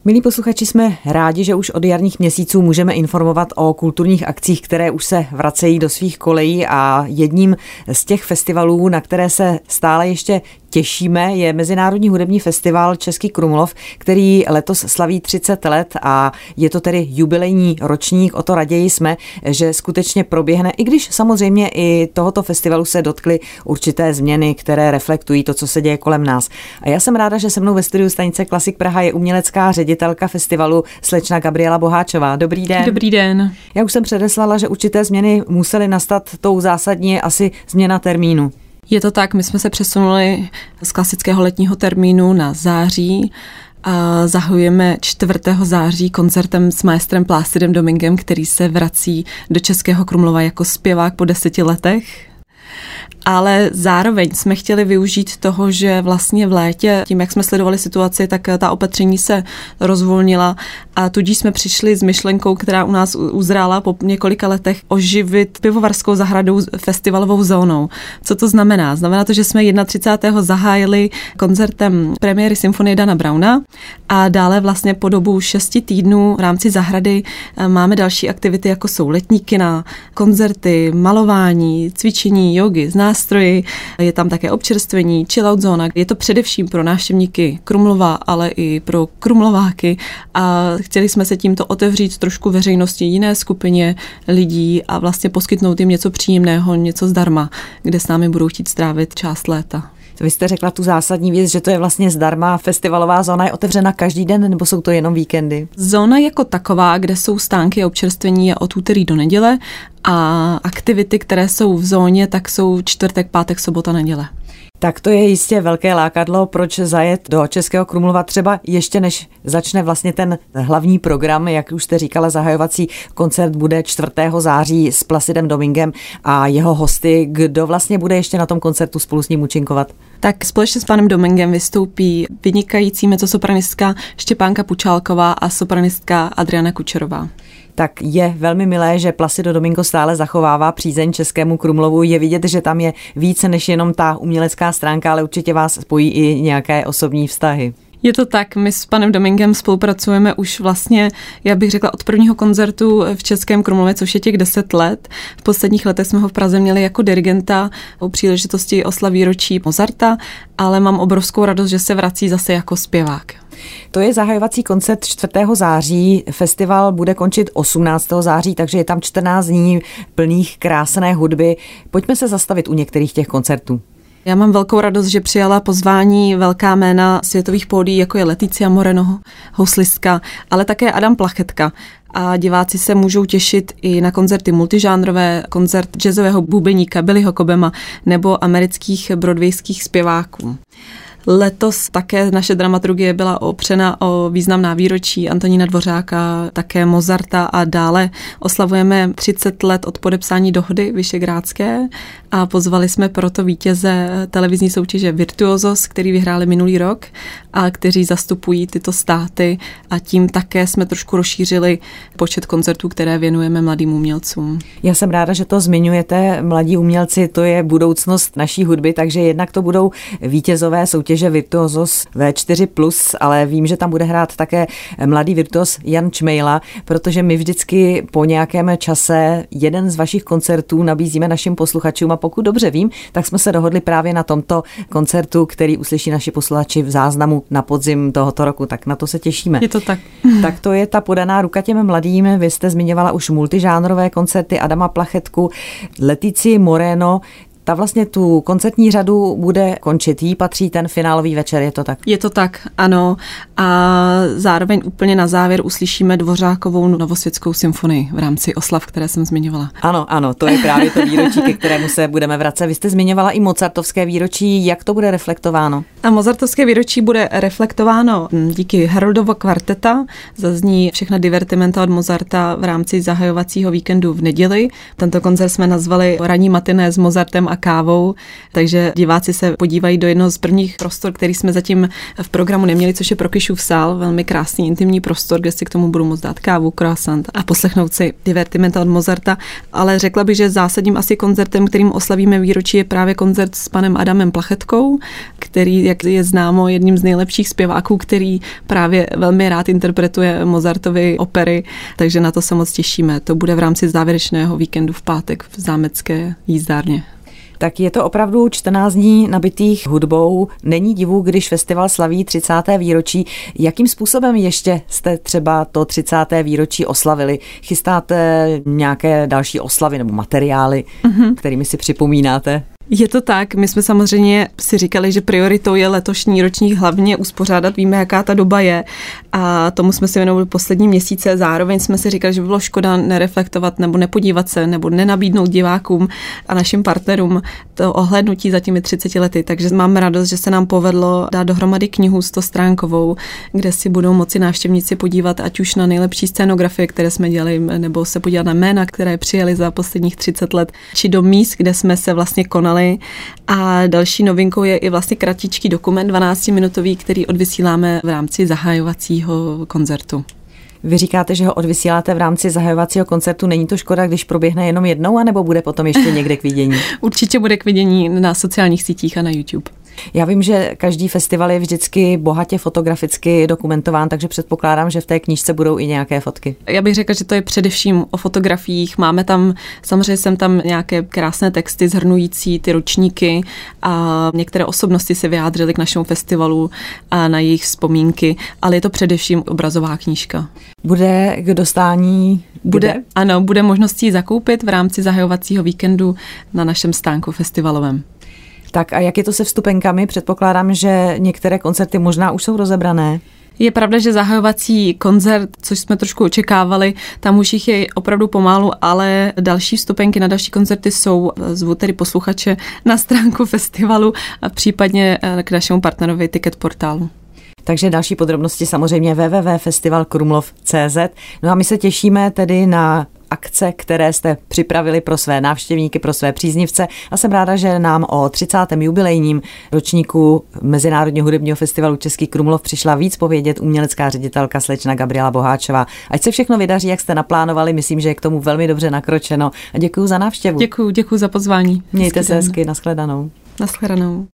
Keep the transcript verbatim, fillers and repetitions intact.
Milí posluchači, jsme rádi, že už od jarních měsíců můžeme informovat o kulturních akcích, které už se vracejí do svých kolejí, a jedním z těch festivalů, na které se stále ještě těšíme, je Mezinárodní hudební festival Český Krumlov, který letos slaví třicet let a je to tedy jubilejní ročník. O to raději jsme, že skutečně proběhne, i když samozřejmě i tohoto festivalu se dotkly určité změny, které reflektují to, co se děje kolem nás. A já jsem ráda, že se mnou ve studiu stanice Klasik Praha je umělecká ředitelka festivalu slečna Gabriela Boháčová. Dobrý den. Dobrý den. Já už jsem předeslala, že určité změny musely nastat, tou zásadní asi změna termínu. Je to tak, my jsme se přesunuli z klasického letního termínu na září a zahajujeme čtvrtého září koncertem s maestrem Plácidem Domingem, který se vrací do Českého Krumlova jako zpěvák po deseti letech. Ale zároveň jsme chtěli využít toho, že vlastně v létě, tím, jak jsme sledovali situaci, tak ta opatření se rozvolnila a tudíž jsme přišli s myšlenkou, která u nás uzrála po několika letech, oživit pivovarskou zahradou festivalovou zónou. Co to znamená? Znamená to, že jsme třicátého prvního zahájili koncertem premiéry symfonie Dana Browna a dále vlastně po dobu šesti týdnů v rámci zahrady máme další aktivity, jako jsou letní kina, koncerty, malování, cvičení, jogy, nástroji, je tam také občerstvení, chillout zóna. Je to především pro návštěvníky Krumlova, ale i pro krumlováky a chtěli jsme se tímto otevřít trošku veřejnosti, jiné skupině lidí a vlastně poskytnout jim něco příjemného, něco zdarma, kde s námi budou chtít strávit část léta. Vy jste řekla tu zásadní věc, že to je vlastně zdarma. Festivalová zóna je otevřena každý den, nebo jsou to jenom víkendy? Zóna jako taková, kde jsou stánky a občerstvení, je od úterý do neděle a aktivity, které jsou v zóně, tak jsou čtvrtek, pátek, sobota, neděle. Tak to je jistě velké lákadlo, proč zajet do Českého Krumlova třeba ještě než začne vlastně ten hlavní program, jak už jste říkala, zahajovací koncert bude čtvrtého září s Placidem Domingem a jeho hosty. Kdo vlastně bude ještě na tom koncertu spolu s ním účinkovat? Tak společně s panem Domingem vystoupí vynikající mezzosopranistka Štěpánka Pučálková a sopranistka Adriana Kučerová. Tak je velmi milé, že Placido Domingo stále zachovává přízeň Českému Krumlovu. Je vidět, že tam je více než jenom ta umělecká stránka, ale určitě vás spojí i nějaké osobní vztahy. Je to tak, my s panem Domingem spolupracujeme už vlastně, já bych řekla, od prvního koncertu v Českém Krumlově, což je těch deset let. V posledních letech jsme ho v Praze měli jako dirigenta u příležitosti oslav výročí Mozarta, ale mám obrovskou radost, že se vrací zase jako zpěvák. To je zahajovací koncert čtvrtého září, festival bude končit osmnáctého září, takže je tam čtrnáct dní plných krásné hudby. Pojďme se zastavit u některých těch koncertů. Já mám velkou radost, že přijala pozvání velká jména světových pódií, jako je Leticia Moreno, houslistka, ale také Adam Plachetka. A diváci se můžou těšit i na koncerty multižánrové, koncert jazzového bubeníka Billyho Cobhama nebo amerických broadwayských zpěváků. Letos také naše dramaturgie byla opřena o významná výročí Antonína Dvořáka, také Mozarta a dále oslavujeme třicet let od podepsání dohody Visegrádské a pozvali jsme proto vítěze televizní soutěže Virtuosos, který vyhráli minulý rok a kteří zastupují tyto státy a tím také jsme trošku rozšířili počet koncertů, které věnujeme mladým umělcům. Já jsem ráda, že to zmiňujete. Mladí umělci, to je budoucnost naší hudby, takže jednak to budou vítězové soutěže že Virtuosos vé čtyři plus, ale vím, že tam bude hrát také mladý virtuos Jan Čmejla, protože my vždycky po nějakém čase jeden z vašich koncertů nabízíme našim posluchačům a pokud dobře vím, tak jsme se dohodli právě na tomto koncertu, který uslyší naši posluchači v záznamu na podzim tohoto roku, tak na to se těšíme. Je to tak. Tak to je ta podaná ruka těm mladým. Vy jste zmiňovala už multižánrové koncerty Adama Plachetku, Leticii Moreno. Ta vlastně tu koncertní řadu bude končit. Jí patří ten finálový večer, je to tak? Je to tak, ano. A zároveň úplně na závěr uslyšíme Dvořákovou Novosvětskou symfonii v rámci oslav, které jsem zmiňovala. Ano, ano, to je právě to výročí, ke kterému se budeme vracet. Vy jste zmiňovala i mozartovské výročí, jak to bude reflektováno? A mozartovské výročí bude reflektováno díky Haroldovo kvarteta. Zazní všechna divertimenta od Mozarta v rámci zahajovacího víkendu v neděli. Tento koncert jsme nazvali Ranní matiné s Mozartem a kávou, takže diváci se podívají do jednoho z prvních prostor, který jsme zatím v programu neměli, což je Prokyšův sál, velmi krásný intimní prostor, kde si k tomu budou moct dát kávu, croissant a poslechnout si divertimenta od Mozarta, ale řekla bych, že zásadním asi koncertem, kterým oslavíme výročí, je právě koncert s panem Adamem Plachetkou, který, jak je známo, jedním z nejlepších zpěváků, který právě velmi rád interpretuje Mozartovy opery, takže na to se moc těšíme. To bude v rámci závěrečného víkendu v pátek v zámecké jízdárně. Tak je to opravdu čtrnáct dní nabitých hudbou. Není divu, když festival slaví třicáté výročí. Jakým způsobem ještě jste třeba to třicáté výročí oslavili? Chystáte nějaké další oslavy nebo materiály, mm-hmm. kterými si připomínáte? Je to tak, my jsme samozřejmě si říkali, že prioritou je letošní ročník hlavně uspořádat, víme, jaká ta doba je a tomu jsme se věnovali poslední měsíce, zároveň jsme si říkali, že by bylo škoda nereflektovat nebo nepodívat se nebo nenabídnout divákům a našim partnerům to ohlédnutí za těmi třiceti lety, takže mám radost, že se nám povedlo dát dohromady knihu stostránkovou, kde si budou moci návštěvníci podívat ať už na nejlepší scénografie, které jsme dělali, nebo se podívat na jména, které přijeli za posledních třicet let, či do míst, kde jsme se vlastně konali. A další novinkou je i vlastně kratičký dokument dvanáctiminutový, který odvysíláme v rámci zahajovacího koncertu. Vy říkáte, že ho odvysíláte v rámci zahajovacího koncertu. Není to škoda, když proběhne jenom jednou, anebo bude potom ještě někde k vidění? Určitě bude k vidění na sociálních sítích a na YouTube. Já vím, že každý festival je vždycky bohatě fotograficky dokumentován, takže předpokládám, že v té knížce budou i nějaké fotky. Já bych řekla, že to je především o fotografiích. Máme tam, samozřejmě jsem tam nějaké krásné texty shrnující ty ročníky a některé osobnosti se vyjádřily k našemu festivalu a na jejich vzpomínky, ale je to především obrazová knížka. Bude k dostání? Bude, ano, bude možností zakoupit v rámci zahajovacího víkendu na našem stánku festivalovém. Tak a jak je to se vstupenkami? Předpokládám, že některé koncerty možná už jsou rozebrané. Je pravda, že zahajovací koncert, což jsme trošku očekávali, tam už jich je opravdu pomálu, ale další vstupenky na další koncerty jsou. Zvu tedy posluchače na stránku festivalu a případně k našemu partnerovi Ticket portálu. Takže další podrobnosti samozřejmě w w w tečka festival krumlov tečka c z. No a my se těšíme tedy na akce, které jste připravili pro své návštěvníky, pro své příznivce a jsem ráda, že nám o třicátém jubilejním ročníku Mezinárodního hudebního festivalu Český Krumlov přišla víc povědět umělecká ředitelka slečna Gabriela Boháčová. Ať se všechno vydaří, jak jste naplánovali, myslím, že je k tomu velmi dobře nakročeno a děkuji za návštěvu. Děkuji, děkuji za pozvání. Mějte se hezky, nashledanou. Nashledanou.